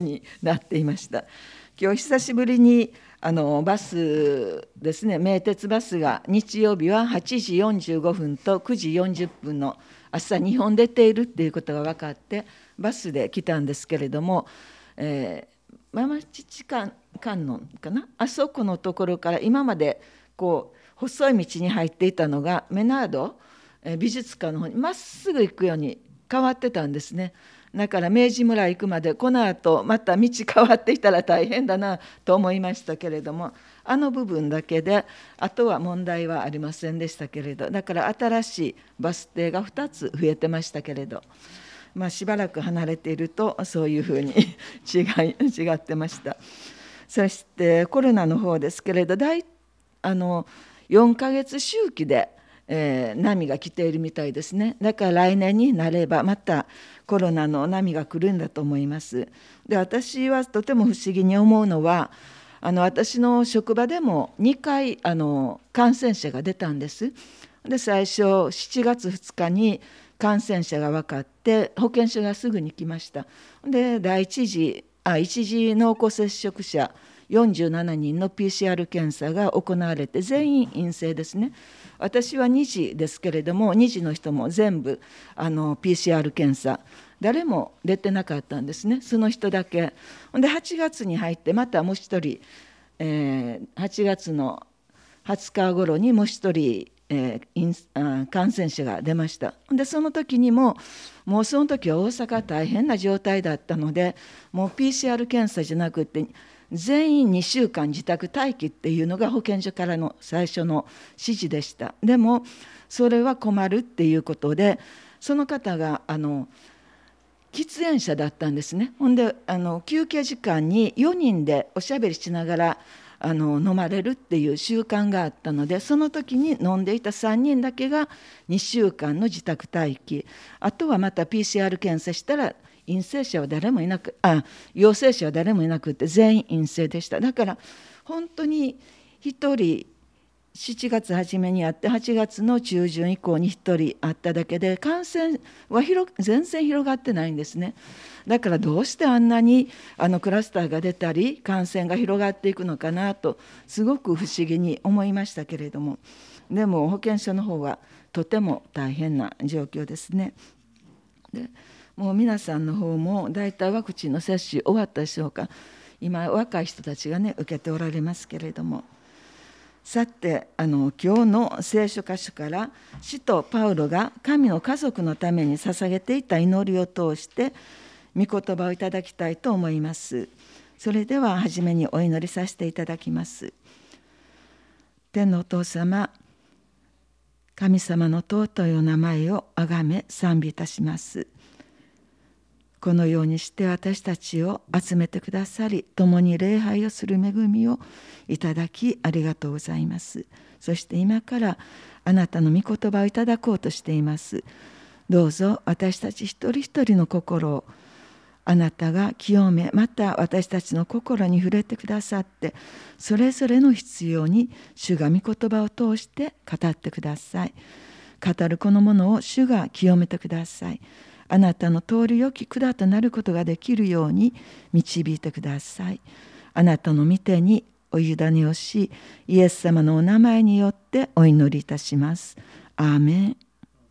になっていました。今日久しぶりにバスですね、名鉄バスが日曜日は8時45分と9時40分の朝2本出ているっていうことが分かってバスで来たんですけれども、ママ父観音かな、あそこのところから今までこう細い道に入っていたのがメナード美術館の方にまっすぐ行くように変わってたんですね。だから明治村行くまでこの後また道変わってきたら大変だなと思いましたけれども、あの部分だけであとは問題はありませんでしたけれど、だから新しいバス停が2つ増えてましたけれど、しばらく離れているとそういうふうに違ってました。そしてコロナの方ですけれど、4ヶ月周期で波が来ているみたいですね。だから来年になればまたコロナの波が来るんだと思います。で、私はとても不思議に思うのは、私の職場でも2回感染者が出たんです。で、最初7月2日に感染者が分かって保健所がすぐに来ました。で、一次濃厚接触者47人の PCR 検査が行われて全員陰性ですね。私は2次ですけれども、2次の人も全部PCR 検査誰も出てなかったんですね。その人だけで8月に入ってまたもう一人、8月の20日頃にもう一人、感染者が出ました。でその時にもうその時は大阪大変な状態だったので、もう PCR 検査じゃなくて全員2週間自宅待機っていうのが保健所からの最初の指示でした。でもそれは困るっていうことで、その方が喫煙者だったんですね。ほんで休憩時間に4人でおしゃべりしながら飲まれるっていう習慣があったので、その時に飲んでいた3人だけが2週間の自宅待機、あとはまた PCR 検査したら陽性者は誰もいなく陽性者は誰もいなくて全員陰性でした。だから本当に1人7月初めにあって8月の中旬以降に1人あっただけで感染は全然広がってないんですね。だからどうしてあんなにクラスターが出たり感染が広がっていくのかなとすごく不思議に思いましたけれども、でも保健所の方はとても大変な状況ですね。でもう皆さんの方もだいたいワクチンの接種終わったでしょうか。今若い人たちがね受けておられますけれども、さて今日の聖書箇所から使徒パウロが神の家族のために捧げていた祈りを通して御言葉をいただきたいと思います。それでは初めにお祈りさせていただきます。天のお父様、神様の尊いお名前をあがめ賛美いたします。このようにして私たちを集めてくださり、共に礼拝をする恵みをいただきありがとうございます。そして今からあなたの御言葉をいただこうとしています。どうぞ私たち一人一人の心をあなたが清め、また私たちの心に触れてくださって、それぞれの必要に主が御言葉を通して語ってください。語るこのものを主が清めてください。あなたの通りよき管となることができるように導いてください。あなたの御手にお委ねをし、イエス様のお名前によってお祈りいたします。アーメン。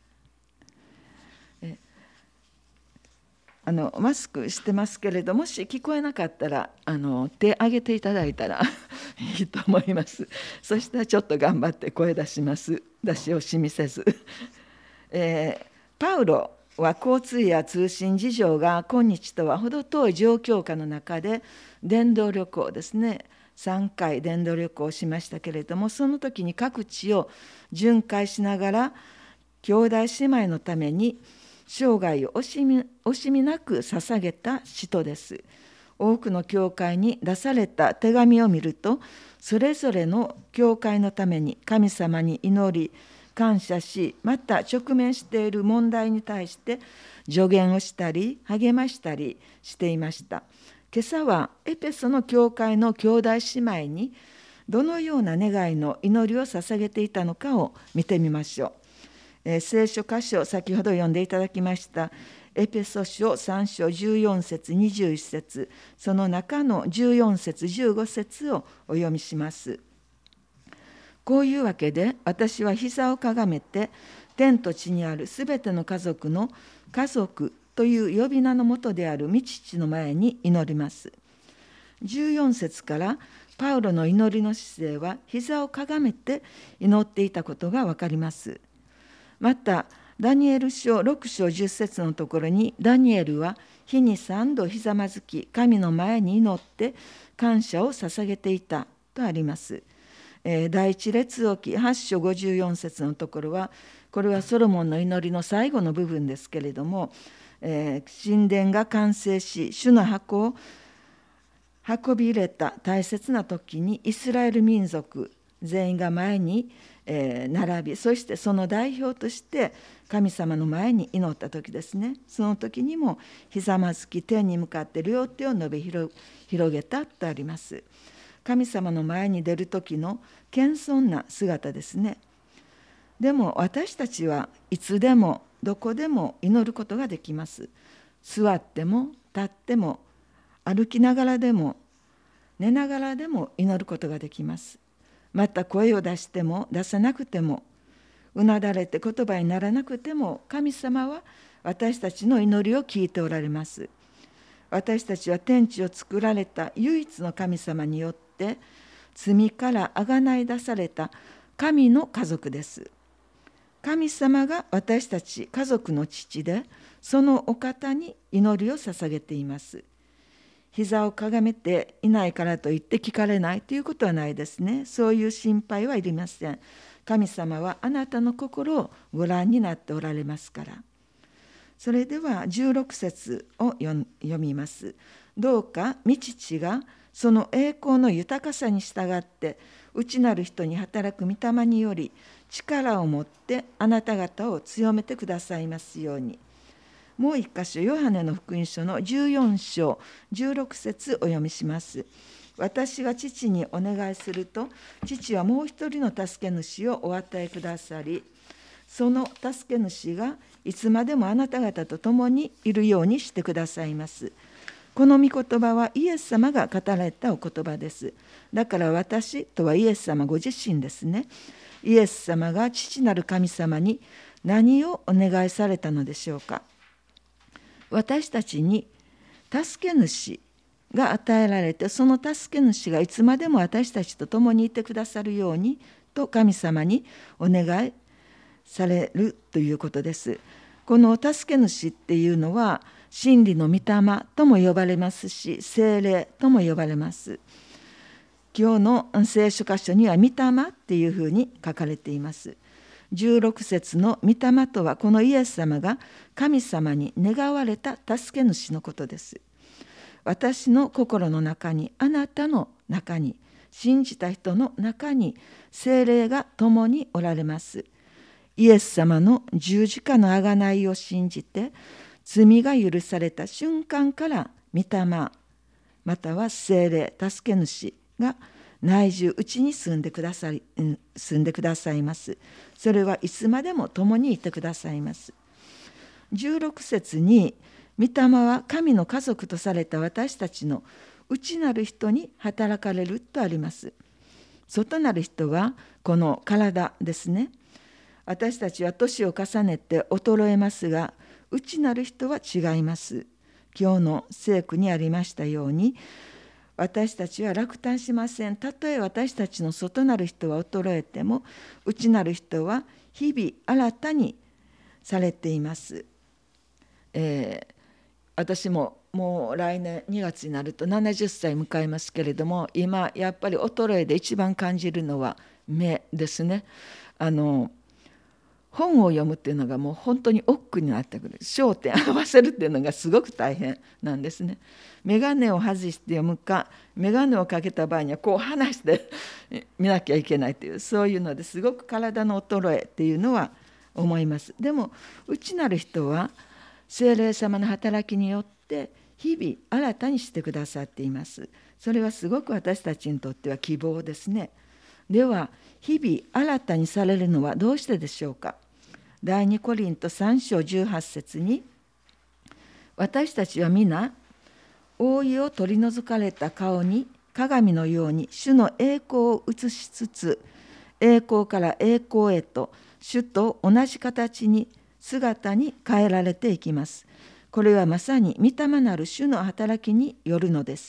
マスクしてますけれども、し聞こえなかったら手挙げていただいたらいいと思います。そしたらちょっと頑張って声出します。出し惜しみせず、パウロは交通や通信事情が今日とは程遠い状況下の中で伝道旅行ですね、3回伝道旅行をしましたけれども、その時に各地を巡回しながら兄弟姉妹のために生涯を惜しみなく捧げた使徒です。多くの教会に出された手紙を見ると、それぞれの教会のために神様に祈り感謝し、また直面している問題に対して助言をしたり励ましたりしていました。今朝はエペソの教会の兄弟姉妹にどのような願いの祈りを捧げていたのかを見てみましょう。聖書箇所、先ほど読んでいただきましたエペソ書3章14節21節、その中の14節15節をお読みします。こういうわけで、私は膝をかがめて、天と地にあるすべての家族の家族という呼び名のもとである御父の前に祈ります。14節からパウロの祈りの姿勢は膝をかがめて祈っていたことがわかります。またダニエル書6章10節のところに、ダニエルは日に3度ひざまずき神の前に祈って感謝を捧げていたとあります。第一列王記8章54節のところは、これはソロモンの祈りの最後の部分ですけれども、神殿が完成し主の箱を運び入れた大切な時に、イスラエル民族全員が前に並び、そしてその代表として神様の前に祈った時ですね。その時にもひざまずき天に向かって両手を伸び広げたとあります。神様の前に出る時の謙遜な姿ですね。でも私たちはいつでもどこでも祈ることができます。座っても立っても歩きながらでも寝ながらでも祈ることができます。また声を出しても出さなくても、うなだれて言葉にならなくても、神様は私たちの祈りを聞いておられます。私たちは天地を作られた唯一の神様によって罪からあがない出された神の家族です。神様が私たち家族の父で、そのお方に祈りを捧げています。膝をかがめていないからといって聞かれないということはないですね。そういう心配はいりません。神様はあなたの心をご覧になっておられますから。それでは16節を読みます。どうか御父がその栄光の豊かさに従って内なる人に働く御霊により力を持ってあなた方を強めてくださいますように。もう一箇所、ヨハネの福音書の14章16節お読みします。私が父にお願いすると、父はもう一人の助け主をお与えくださり、その助け主がいつまでもあなた方と共にいるようにしてくださいます。この御言葉はイエス様が語られたお言葉です。だから私とはイエス様ご自身ですね。イエス様が父なる神様に何をお願いされたのでしょうか。私たちに助け主が与えられて、その助け主がいつまでも私たちと共にいてくださるようにと神様にお願いされるということです。この助け主っていうのは真理の御霊とも呼ばれますし、聖霊とも呼ばれます。今日の聖書箇所には御霊っていうふうに書かれています。16節の御霊とは、このイエス様が神様に願われた助け主のことです。私の心の中に、あなたの中に、信じた人の中に聖霊が共におられます。イエス様の十字架の贖いを信じて罪が許された瞬間から、御霊または聖霊、助け主が内住うちに住んでくださいます。それはいつまでも共にいてくださいます。16節に、御霊は神の家族とされた私たちの内なる人に働かれるとあります。外なる人はこの体ですね。私たちは年を重ねて衰えますが、内なる人は違います。今日の聖句にありましたように、私たちは落胆しません。たとえ私たちの外なる人は衰えても、内なる人は日々新たにされています。私ももう来年2月になると70歳迎えますけれども、今やっぱり衰えで一番感じるのは目ですね。本を読むっていうのがもう本当に億劫になってくる。焦点合わせるっていうのがすごく大変なんですね。眼鏡を外して読むか、眼鏡をかけた場合にはこう離して見なきゃいけないという、そういうのですごく体の衰えっていうのは思います。でも内なる人は聖霊様の働きによって日々新たにしてくださっています。それはすごく私たちにとっては希望ですね。では日々新たにされるのはどうしてでしょうか。第2コリント3章18節に、 私たちは皆、覆いを取り除かれた顔に鏡のように主の栄光を映しつつ、栄光から栄光へと主と同じ形に姿に変えられていきます。これはまさに御霊なる主の働きによるのです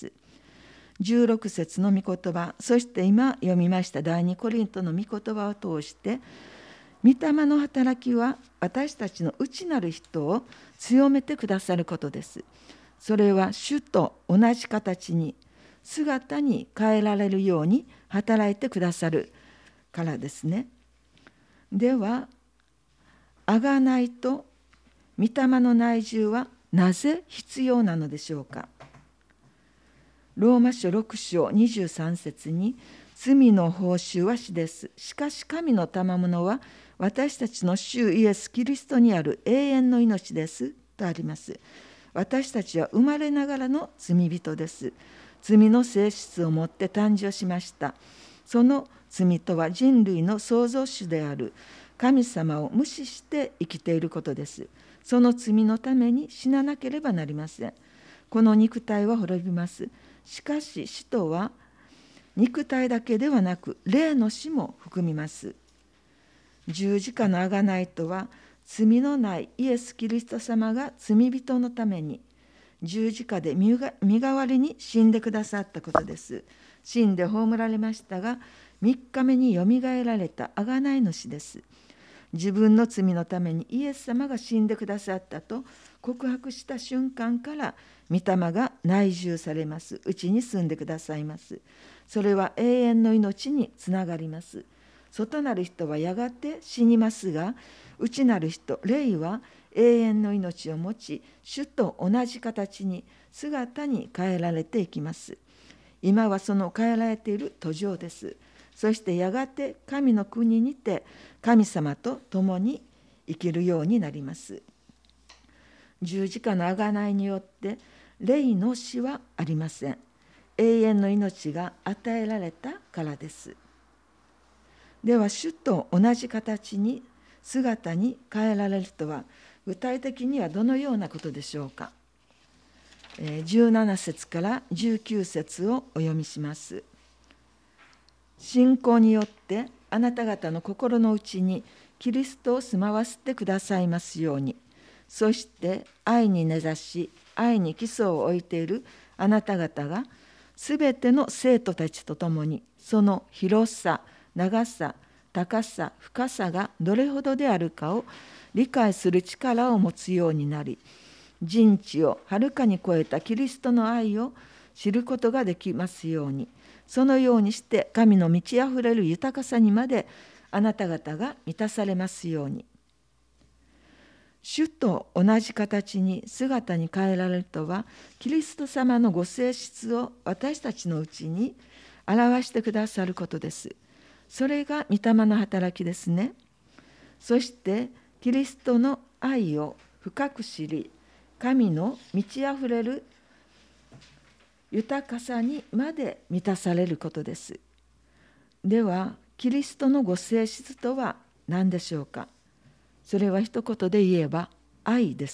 。16節の御言葉、そして今読みました第2コリントの御言葉を通して、御霊の働きは私たちの内なる人を強めてくださることです。それは主と同じ形に姿に変えられるように働いてくださるからですね。では、贖いと御霊の内住はなぜ必要なのでしょうか。ローマ書6章23節に、罪の報酬は死です。しかし神の賜物は私たちの主イエス・キリストにある永遠の命ですとあります。私たちは生まれながらの罪人です。罪の性質を持って誕生しました。その罪とは人類の創造主である神様を無視して生きていることです。その罪のために死ななければなりません。この肉体は滅びます。しかし死とは肉体だけではなく霊の死も含みます。十字架の贖いとは、罪のないイエス・キリスト様が罪人のために十字架で身代わりに死んでくださったことです。死んで葬られましたが、3日目によみがえられた贖い主です。自分の罪のためにイエス様が死んでくださったと告白した瞬間から、御霊が内住されます。うちに住んでくださいます。それは永遠の命につながります。外なる人はやがて死にますが、内なる人、霊は永遠の命を持ち、主と同じ形に姿に変えられていきます。今はその変えられている途上です。そしてやがて神の国にて神様と共に生きるようになります。十字架の贖いによって霊の死はありません。永遠の命が与えられたからです。では、主と同じ形に姿に変えられるとは、具体的にはどのようなことでしょうか。17節から19節をお読みします。信仰によってあなた方の心の内にキリストを住まわせてくださいますように。そして愛に根ざし、愛に基礎を置いているあなた方が、すべての生徒たちと共に、その広さ、長さ、高さ、深さがどれほどであるかを理解する力を持つようになり、人知をはるかに超えたキリストの愛を知ることができますように、そのようにして神の満ちあふれる豊かさにまであなた方が満たされますように。主と同じ形に姿に変えられるとは、キリスト様のご性質を私たちのうちに表してくださることです。それが御霊の働きですね。そしてキリストの愛を深く知り、神の満ちあふれる豊かさにまで満たされることです。では、キリストのご性質とは何でしょうか。それは一言で言えば愛です。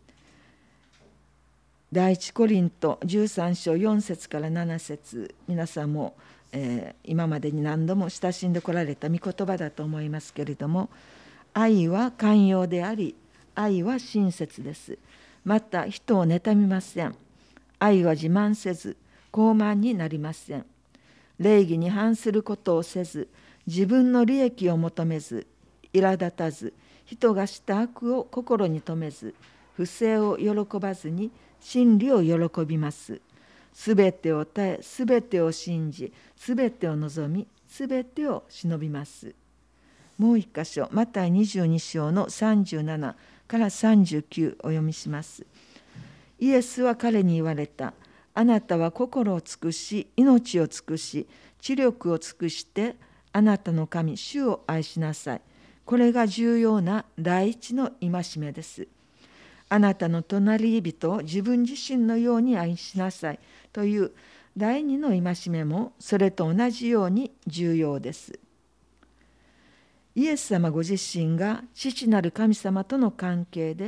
第一コリント13章4節から7節、皆さんも、今までに何度も親しんでこられた御言葉だと思いますけれども、愛は寛容であり、愛は親切です。また人を妬みません。愛は自慢せず、傲慢になりません。礼儀に反することをせず、自分の利益を求めず、苛立たず、人がした悪を心に留めず、不正を喜ばずに真理を喜びます。すべてを耐え、すべてを信じ、すべてを望み、すべてを忍びます。もう一箇所、マタイ22章の37から39お読みします。イエスは彼に言われた。あなたは心を尽くし、命を尽くし、知力を尽くして、あなたの神、主を愛しなさい。これが重要な第一の戒めです。あなたの隣人を自分自身のように愛しなさいという第二の戒めもそれと同じように重要です。イエス様ご自身が父なる神様との関係で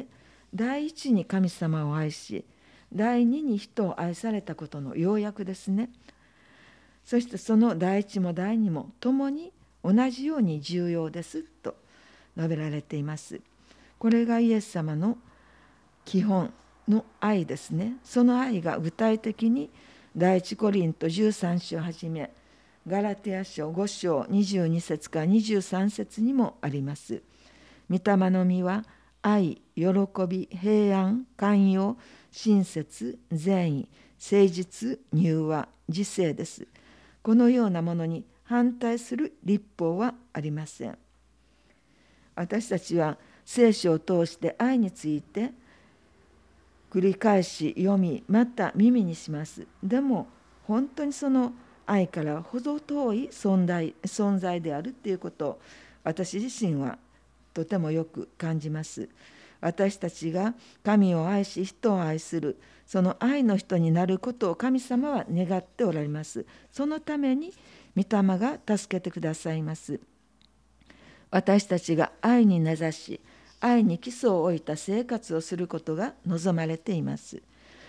第一に神様を愛し、第二に人を愛されたことの要約ですね。そしてその第一も第二も共に同じように重要ですと述べられています。これがイエス様の基本の愛ですね。その愛が具体的に第一コリント13章はじめ、ガラテヤ書5章22節から23節にもあります。御霊の実は愛、喜び、平安、寛容、親切、善意、誠実、柔和、自制です。このようなものに反対する律法はありません。私たちは聖書を通して愛について繰り返し読み、また耳にします。でも本当にその愛からほど遠い存在であるということを私自身はとてもよく感じます。私たちが神を愛し人を愛するその愛の人になることを神様は願っておられます。そのために御霊が助けてくださいます。私たちが愛に根ざし愛に基礎を置いた生活をすることが望まれています。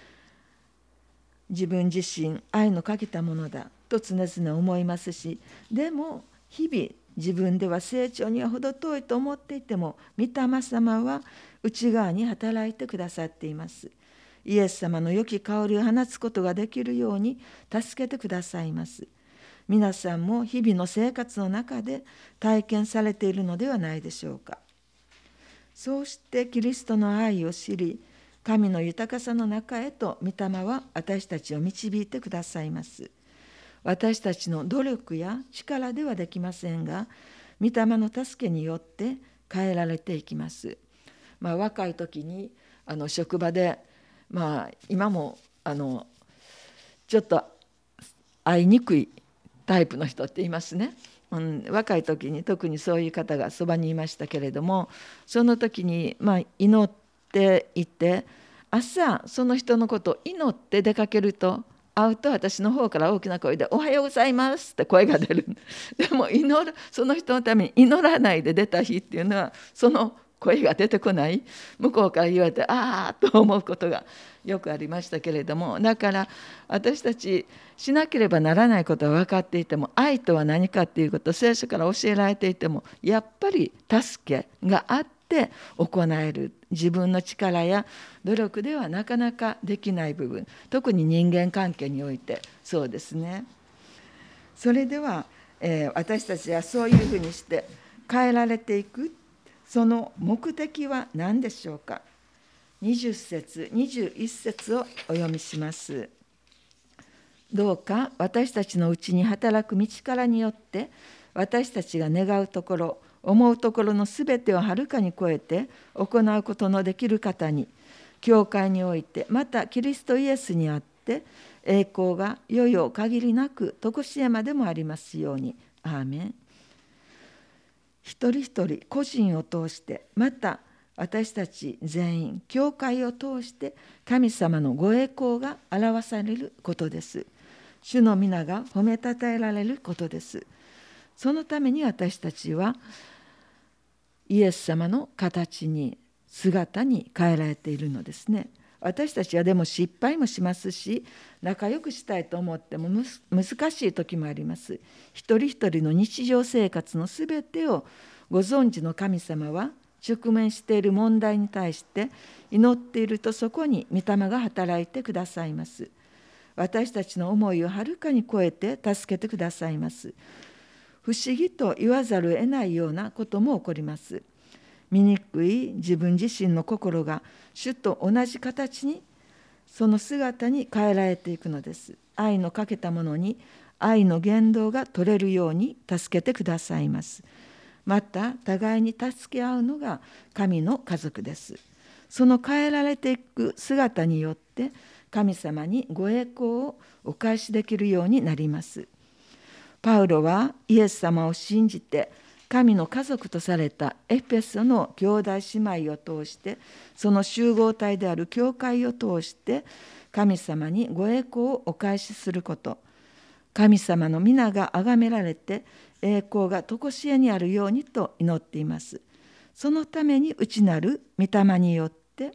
自分自身愛のかけたものだと常々思いますし、でも日々自分では成長には程遠いと思っていても、御霊様は内側に働いてくださっています。イエス様の良き香りを放つことができるように助けてくださいます。皆さんも日々の生活の中で体験されているのではないでしょうか。そうしてキリストの愛を知り、神の豊かさの中へと御霊は私たちを導いてくださいます。私たちの努力や力ではできませんが、御霊の助けによって変えられていきます。若い時に職場で、今もちょっと会いにくいタイプの人っていますね。若い時に特にそういう方がそばにいましたけれども、その時に祈っていて、朝その人のことを祈って出かけると、会うと私の方から大きな声で「おはようございます」って声が出る。でもその人のために祈らないで出た日っていうのは、その声が出てこない、向こうから言われてああと思うことがよくありましたけれども、だから私たちしなければならないことは分かっていても、愛とは何かっていうことを聖書から教えられていても、やっぱり助けがあって行える、自分の力や努力ではなかなかできない部分、特に人間関係においてそうですね。それでは、私たちはそういうふうにして変えられていく、その目的は何でしょうか。20節21節をお読みします。どうか私たちのうちに働く道からによって、私たちが願うところ思うところのすべてをはるかに超えて行うことのできる方に、教会においてまたキリストイエスにあって栄光が世々限りなく常しえまでもありますように。アーメン。一人一人個人を通して、また私たち全員教会を通して神様のご栄光が表されることです。主の皆が褒めたたえられることです。そのために私たちはイエス様の形に姿に変えられているのですね。私たちはでも失敗もしますし、仲良くしたいと思っても難しい時もあります。一人一人の日常生活のすべてをご存知の神様は、直面している問題に対して祈っていると、そこに御霊が働いてくださいます。私たちの思いをはるかに超えて助けてくださいます。不思議と言わざるを得ないようなことも起こります。醜い自分自身の心が主と同じ形に、その姿に変えられていくのです。愛のかけたものに愛の言動が取れるように助けてくださいます。また互いに助け合うのが神の家族です。その変えられていく姿によって神様にご栄光をお返しできるようになります。パウロはイエス様を信じて神の家族とされたエフェソの兄弟姉妹を通して、その集合体である教会を通して神様にご栄光をお返しすること、神様の皆が崇められて栄光が常しえにあるようにと祈っています。そのために内なる御霊によって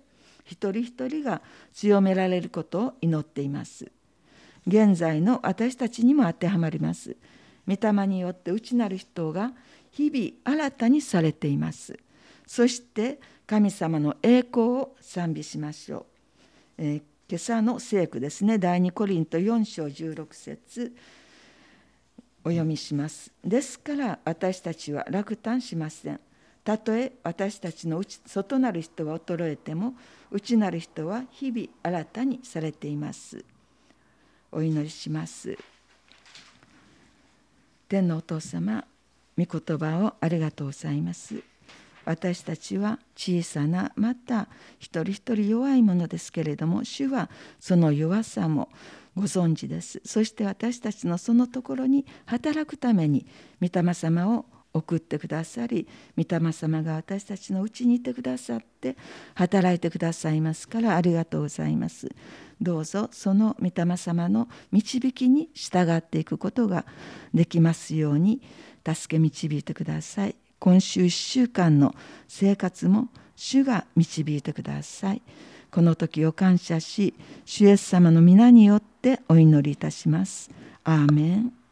一人一人が強められることを祈っています。現在の私たちにも当てはまります。御霊によって内なる人が日々新たにされています。そして神様の栄光を賛美しましょう。今朝の聖句ですね、第2コリント4章16節お読みします。ですから私たちは落胆しません。たとえ私たちの外なる人は衰えても、内なる人は日々新たにされています。お祈りします。天のお父様、御言葉をありがとうございます。私たちは小さな、また一人一人弱いものですけれども、主はその弱さもご存知です。そして私たちのそのところに働くために御霊様を送ってくださり、御霊様が私たちのうちにいてくださって働いてくださいますからありがとうございます。どうぞその御霊様の導きに従っていくことができますように助け導いてください。今週1週間の生活も主が導いてください。この時を感謝し、主イエス様の皆によってお祈りいたします。アーメン。